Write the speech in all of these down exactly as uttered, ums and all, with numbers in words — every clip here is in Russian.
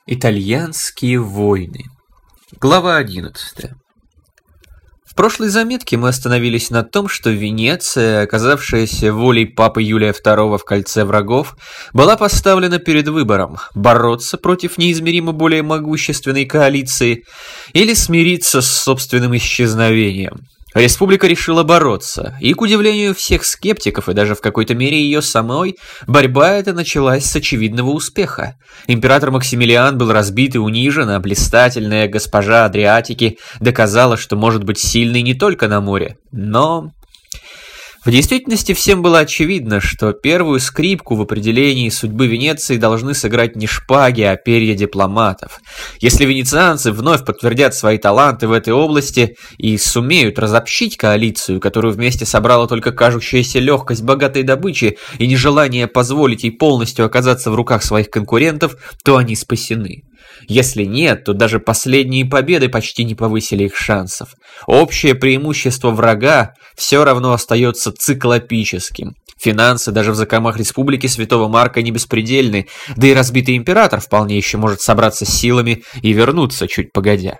Итальянские войны. Глава одиннадцатая. В прошлой заметке мы остановились на том, что Венеция, оказавшаяся волей папы Юлия второго в кольце врагов, была поставлена перед выбором – бороться против неизмеримо более могущественной коалиции или смириться с собственным исчезновением. Республика решила бороться, и, к удивлению всех скептиков, и даже в какой-то мере ее самой, борьба эта началась с очевидного успеха. Император Максимилиан был разбит и унижен, а блистательная госпожа Адриатики доказала, что может быть сильной не только на море, но... В действительности всем было очевидно, что первую скрипку в определении судьбы Венеции должны сыграть не шпаги, а перья дипломатов. Если венецианцы вновь подтвердят свои таланты в этой области и сумеют разобщить коалицию, которую вместе собрала только кажущаяся легкость богатой добычи и нежелание позволить ей полностью оказаться в руках своих конкурентов, то они спасены. Если нет, то даже последние победы почти не повысили их шансов. Общее преимущество врага все равно остается циклопическим. Финансы даже в закромах республики Святого Марка не беспредельны, да и разбитый император вполне еще может собраться с силами и вернуться чуть погодя.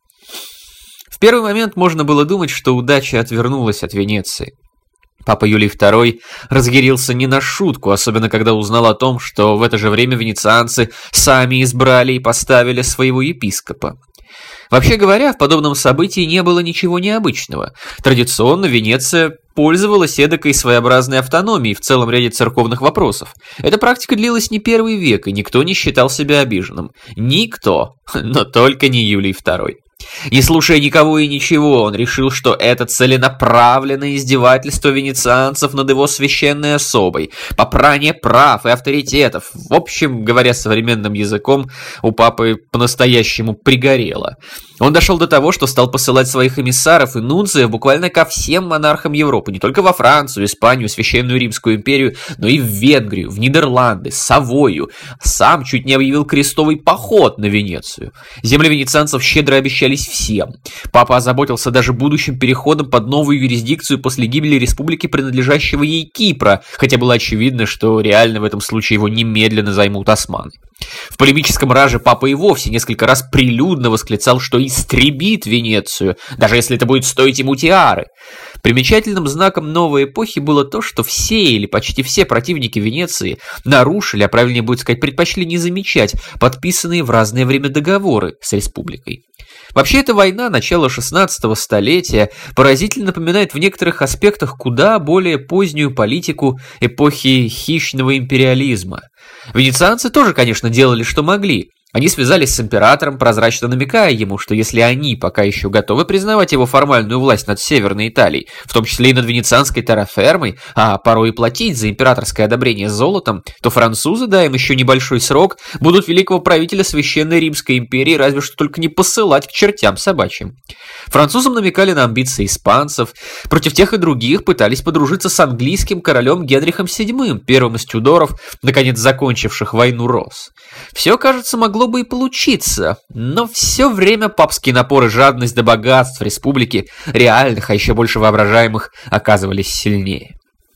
В первый момент можно было думать, что удача отвернулась от Венеции. Папа Юлий второй разъярился не на шутку, особенно когда узнал о том, что в это же время венецианцы сами избрали и поставили своего епископа. Вообще говоря, в подобном событии не было ничего необычного. Традиционно Венеция пользовалась эдакой своеобразной автономией в целом ряде церковных вопросов. Эта практика длилась не первый век, и никто не считал себя обиженным. Никто, но только не Юлий второй. Не слушая никого и ничего, он решил, что это целенаправленное издевательство венецианцев над его священной особой, попрание прав и авторитетов. В общем, говоря современным языком, у папы по-настоящему пригорело. Он дошел до того, что стал посылать своих эмиссаров и нунциев буквально ко всем монархам Европы, не только во Францию, Испанию, Священную Римскую империю, но и в Венгрию, в Нидерланды, Савойю. Сам чуть не объявил крестовый поход на Венецию. Земли венецианцев щедро обещались всем. Папа озаботился даже будущим переходом под новую юрисдикцию после гибели республики, принадлежащего ей Кипра, хотя было очевидно, что реально в этом случае его немедленно займут османы. В полемическом раже папа и вовсе несколько раз прилюдно восклицал, что истребит Венецию, даже если это будет стоить ему тиары. Примечательным знаком новой эпохи было то, что все или почти все противники Венеции нарушили, а правильнее будет сказать, предпочли не замечать подписанные в разное время договоры с республикой. Вообще, эта война начала шестнадцатого столетия поразительно напоминает в некоторых аспектах куда более позднюю политику эпохи хищного империализма. Венецианцы тоже, конечно, делали, что могли. Они связались с императором, прозрачно намекая ему, что если они пока еще готовы признавать его формальную власть над Северной Италией, в том числе и над венецианской террафермой, а порой и платить за императорское одобрение золотом, то французы, дай им еще небольшой срок, будут великого правителя Священной Римской империи разве что только не посылать к чертям собачьим. Французам намекали на амбиции испанцев, против тех и других пытались подружиться с английским королем Генрихом седьмым, первым из Тюдоров, наконец закончивших войну Роз. Все, кажется, могло бы и получиться, но все время папский напор и жадность до богатств республики, реальных, а еще больше воображаемых, оказывались сильнее.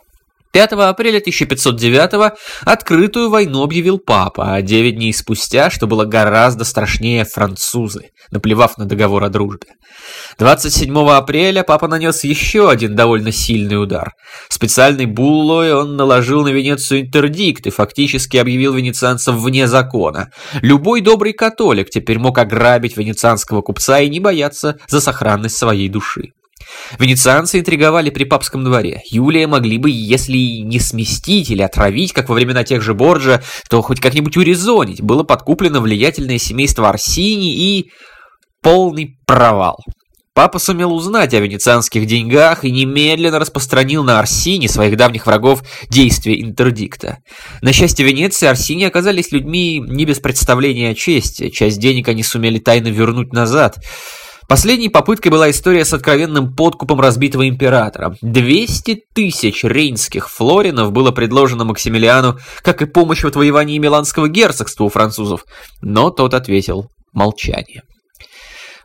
пятого апреля тысяча пятьсот девятого открытую войну объявил папа, а девять дней спустя, что было гораздо страшнее, французы, наплевав на договор о дружбе. двадцать седьмого апреля папа нанес еще один довольно сильный удар. Специальной буллой он наложил на Венецию интердикт и фактически объявил венецианцев вне закона. Любой добрый католик теперь мог ограбить венецианского купца и не бояться за сохранность своей души. Венецианцы интриговали при папском дворе. Юлия могли бы, если не сместить или отравить, как во времена тех же Борджиа, то хоть как-нибудь урезонить. Было подкуплено влиятельное семейство Орсини и... полный провал. Папа сумел узнать о венецианских деньгах и немедленно распространил на Орсини, своих давних врагов, действие интердикта. На счастье Венеции, Орсини оказались людьми не без представления о чести. Часть денег они сумели тайно вернуть назад. Последней попыткой была история с откровенным подкупом разбитого императора. двести тысяч рейнских флоринов было предложено Максимилиану, как и помощь в отвоевании Миланского герцогства у французов, но тот ответил молчанием.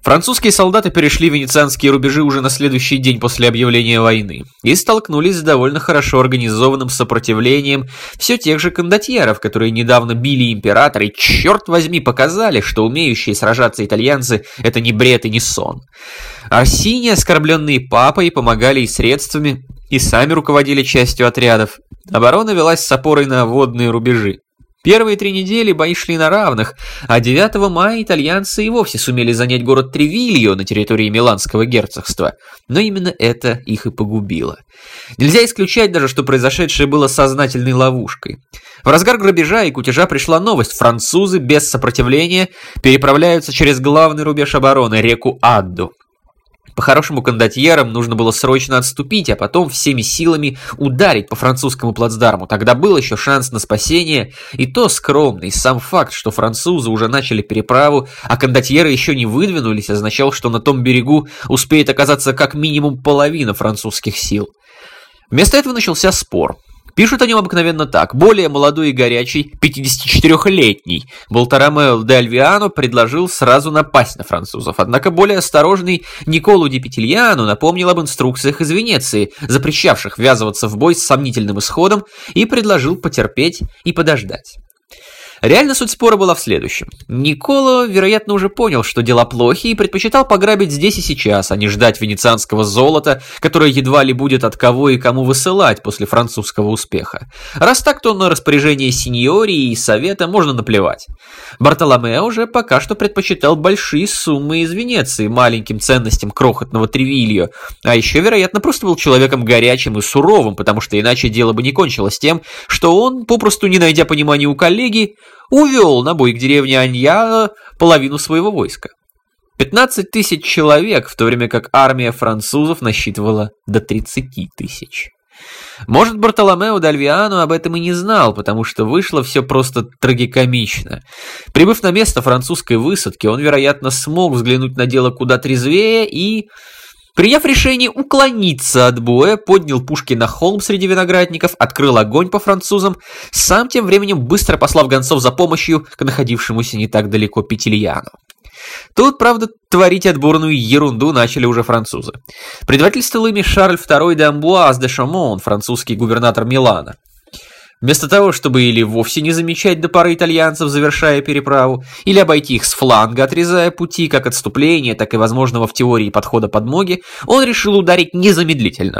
Французские солдаты перешли венецианские рубежи уже на следующий день после объявления войны и столкнулись с довольно хорошо организованным сопротивлением все тех же кондотьеров, которые недавно били императора и, черт возьми, показали, что умеющие сражаться итальянцы – это не бред и не сон. Орсини, оскорбленные папой, помогали и средствами, и сами руководили частью отрядов. Оборона велась с опорой на водные рубежи. Первые три недели бои шли на равных, а девятого мая итальянцы и вовсе сумели занять город Тревильо на территории Миланского герцогства, но именно это их и погубило. Нельзя исключать даже, что произошедшее было сознательной ловушкой. В разгар грабежа и кутежа пришла новость: французы без сопротивления переправляются через главный рубеж обороны, реку Адду. По-хорошему кондотьерам нужно было срочно отступить, а потом всеми силами ударить по французскому плацдарму. Тогда был еще шанс на спасение, и то скромный. Сам факт, что французы уже начали переправу, а кондотьеры еще не выдвинулись, означал, что на том берегу успеет оказаться как минимум половина французских сил. Вместо этого начался спор. Пишут о нем обыкновенно так: более молодой и горячий, пятидесятичетырёхлетний Бартоломео де Альвиано предложил сразу напасть на французов, однако более осторожный Николо ди Петильяно напомнил об инструкциях из Венеции, запрещавших ввязываться в бой с сомнительным исходом, и предложил потерпеть и подождать. Реально суть спора была в следующем. Николо, вероятно, уже понял, что дела плохи, и предпочитал пограбить здесь и сейчас, а не ждать венецианского золота, которое едва ли будет от кого и кому высылать после французского успеха. Раз так, то на распоряжение синьории и совета можно наплевать. Бартоломео уже пока что предпочитал большие суммы из Венеции маленьким ценностям крохотного Тревильо, а еще, вероятно, просто был человеком горячим и суровым, потому что иначе дело бы не кончилось тем, что он, попросту не найдя понимания у коллеги, увел на бой к деревне Анья половину своего войска. пятнадцать тысяч человек, в то время как армия французов насчитывала до тридцати тысяч. Может, Бартоломео де Альвиано об этом и не знал, потому что вышло все просто трагикомично. Прибыв на место французской высадки, он, вероятно, смог взглянуть на дело куда трезвее и, приняв решение уклониться от боя, поднял пушки на холм среди виноградников, открыл огонь по французам, сам тем временем быстро послав гонцов за помощью к находившемуся не так далеко Петильяно. Тут, правда, творить отборную ерунду начали уже французы. Предводительствовал ими Шарль второй де Амбуаз де Шамон, французский губернатор Милана. Вместо того, чтобы или вовсе не замечать до поры итальянцев, завершая переправу, или обойти их с фланга, отрезая пути как отступления, так и возможного в теории подхода подмоги, он решил ударить незамедлительно.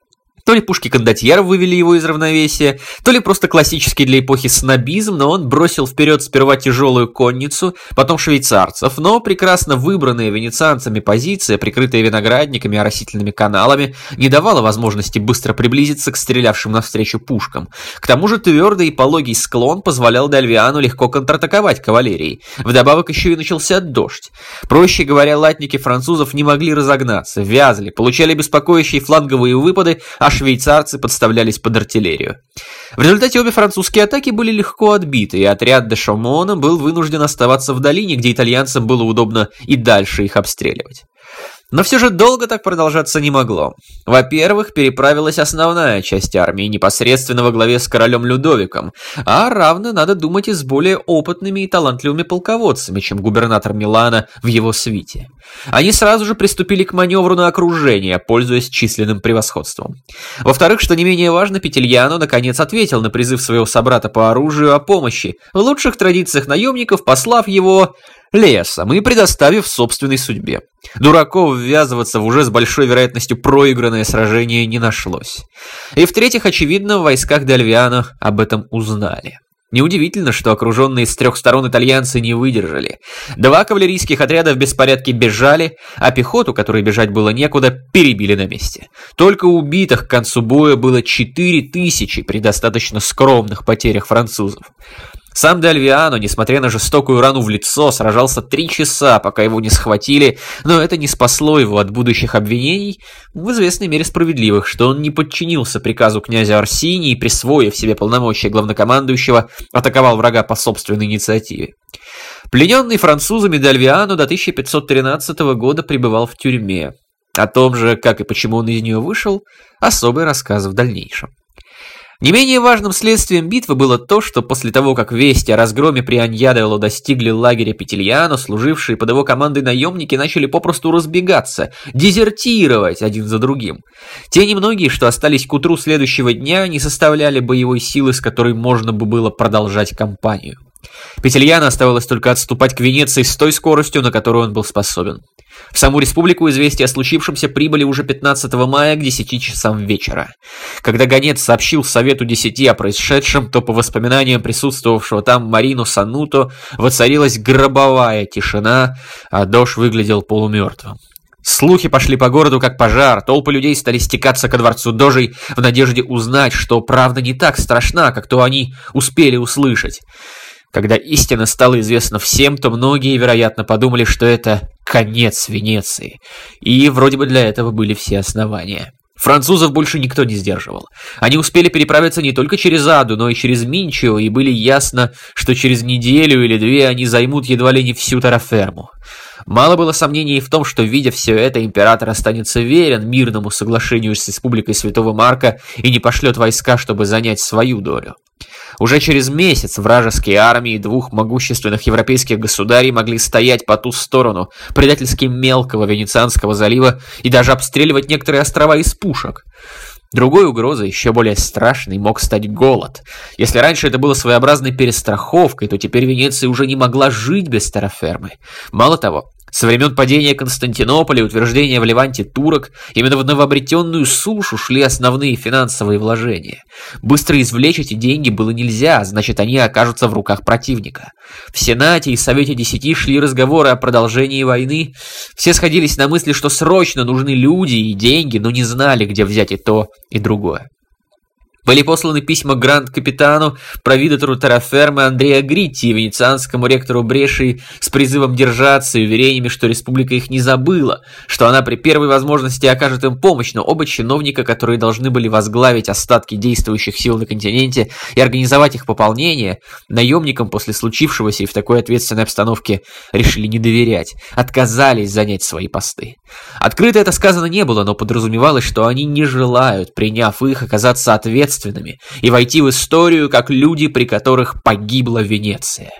То ли пушки кондотьеров вывели его из равновесия, то ли просто классический для эпохи снобизм, но он бросил вперед сперва тяжелую конницу, потом швейцарцев, но прекрасно выбранная венецианцами позиция, прикрытая виноградниками и оросительными каналами, не давала возможности быстро приблизиться к стрелявшим навстречу пушкам. К тому же твердый и пологий склон позволял де Альвиано легко контратаковать кавалерией. Вдобавок еще и начался дождь. Проще говоря, латники французов не могли разогнаться, вязли, получали беспокоящие фланговые выпады, а швейцарцы подставлялись под артиллерию. В результате обе французские атаки были легко отбиты, и отряд де Шамона был вынужден оставаться в долине, где итальянцам было удобно и дальше их обстреливать. Но все же долго так продолжаться не могло. Во-первых, переправилась основная часть армии, непосредственно во главе с королем Людовиком, а равно, надо думать, и с более опытными и талантливыми полководцами, чем губернатор Милана в его свите. Они сразу же приступили к маневру на окружение, пользуясь численным превосходством. Во-вторых, что не менее важно, Петильяно наконец ответил на призыв своего собрата по оружию о помощи, в лучших традициях наемников послав его лесом и предоставив собственной судьбе. Дураков ввязываться в уже с большой вероятностью проигранное сражение не нашлось. И в-третьих, очевидно, в войсках де Альвиано об этом узнали. Неудивительно, что окруженные с трех сторон итальянцы не выдержали. Два кавалерийских отряда в беспорядке бежали, а пехоту, которой бежать было некуда, перебили на месте. Только убитых к концу боя было четыре тысячи при достаточно скромных потерях французов. Сам де Альвиано, несмотря на жестокую рану в лицо, сражался три часа, пока его не схватили, но это не спасло его от будущих обвинений, в известной мере справедливых, что он не подчинился приказу князя Орсини и, присвоив себе полномочия главнокомандующего, атаковал врага по собственной инициативе. Плененный французами де Альвиано до тысяча пятьсот тринадцатого года пребывал в тюрьме. О том же, как и почему он из нее вышел, особый рассказ в дальнейшем. Не менее важным следствием битвы было то, что после того, как вести о разгроме при Аньяделло достигли лагеря Петильяно, служившие под его командой наемники начали попросту разбегаться, дезертировать один за другим. Те немногие, что остались к утру следующего дня, не составляли боевой силы, с которой можно бы было продолжать кампанию. Петильяно оставалось только отступать к Венеции с той скоростью, на которую он был способен. В саму республику известия о случившемся прибыли уже пятнадцатого мая к десяти часам вечера. Когда гонец сообщил Совету Десяти о происшедшем, то по воспоминаниям присутствовавшего там Марино Сануто воцарилась гробовая тишина, а Дош выглядел полумертвым. Слухи пошли по городу как пожар, толпы людей стали стекаться ко дворцу Дожей в надежде узнать, что правда не так страшна, как то они успели услышать. Когда истина стала известна всем, то многие, вероятно, подумали, что это конец Венеции. И вроде бы для этого были все основания. Французов больше никто не сдерживал. Они успели переправиться не только через Аду, но и через Минчио, и были ясно, что через неделю или две они займут едва ли не всю Терраферму. Мало было сомнений в том, что, видя все это, император останется верен мирному соглашению с Республикой Святого Марка и не пошлет войска, чтобы занять свою долю. Уже через месяц вражеские армии двух могущественных европейских государей могли стоять по ту сторону предательски мелкого Венецианского залива и даже обстреливать некоторые острова из пушек. Другой угрозой, еще более страшной, мог стать голод. Если раньше это было своеобразной перестраховкой, то теперь Венеция уже не могла жить без террафермы. Мало того, со времен падения Константинополя и утверждения в Леванте турок, именно в новообретенную сушу шли основные финансовые вложения. Быстро извлечь эти деньги было нельзя, значит, они окажутся в руках противника. В Сенате и Совете Десяти шли разговоры о продолжении войны. Все сходились на мысли, что срочно нужны люди и деньги, но не знали, где взять и то, и другое. Были посланы письма гранд-капитану, провидатору Террафермы Андреа Гритти и венецианскому ректору Брешии с призывом держаться и уверениями, что республика их не забыла, что она при первой возможности окажет им помощь, но оба чиновника, которые должны были возглавить остатки действующих сил на континенте и организовать их пополнение, наемникам после случившегося и в такой ответственной обстановке решили не доверять, отказались занять свои посты. Открыто это сказано не было, но подразумевалось, что они не желают, приняв их, оказаться ответственными и войти в историю как люди, при которых погибла Венеция.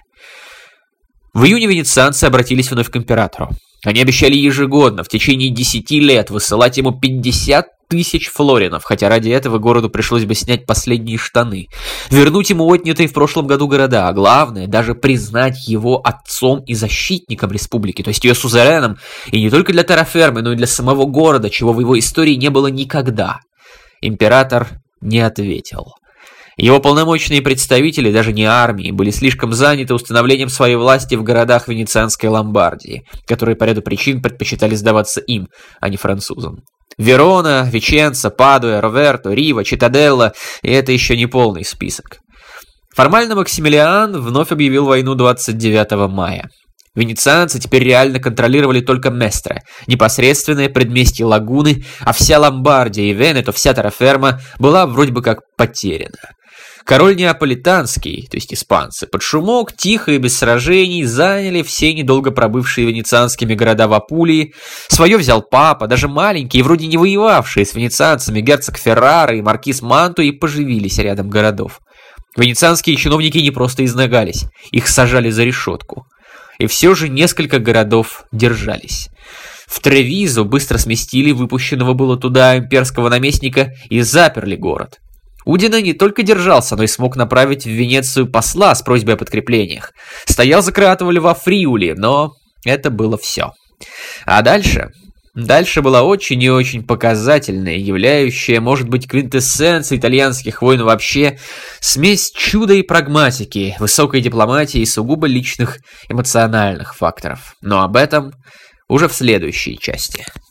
В июне венецианцы обратились вновь к императору. Они обещали ежегодно, в течение десяти лет, высылать ему пятьдесят тысяч флоринов, хотя ради этого городу пришлось бы снять последние штаны, вернуть ему отнятые в прошлом году города, а главное, даже признать его отцом и защитником республики, то есть ее сузереном, и не только для Террафермы, но и для самого города, чего в его истории не было никогда. Император не ответил. Его полномочные представители, даже не армии, были слишком заняты установлением своей власти в городах Венецианской Ломбардии, которые по ряду причин предпочитали сдаваться им, а не французам. Верона, Веченца, Падуя, Роверто, Рива, Читтаделла, и это еще не полный список. Формально Максимилиан вновь объявил войну двадцать девятого мая. Венецианцы теперь реально контролировали только Местре, непосредственное предместье Лагуны, а вся Ломбардия и Венето, вся Терраферма была вроде бы как потеряна. Король Неаполитанский, то есть испанцы, под шумок, тихо и без сражений заняли все недолго пробывшие венецианскими города в Апулии. Свое взял папа, даже маленькие, вроде не воевавшие с венецианцами, герцог Феррара и маркиз Манту, и поживились рядом городов. Венецианские чиновники не просто изнагались, их сажали за решетку. И все же несколько городов держались. В Тревизо быстро сместили выпущенного было туда имперского наместника и заперли город. Удина не только держался, но и смог направить в Венецию посла с просьбой о подкреплениях. Стоял за Кратова льва Фриули, но это было все. А дальше... Дальше была очень и очень показательная, являющая, может быть, квинтэссенцией итальянских войн вообще, смесь чуда и прагматики, высокой дипломатии и сугубо личных эмоциональных факторов. Но об этом уже в следующей части.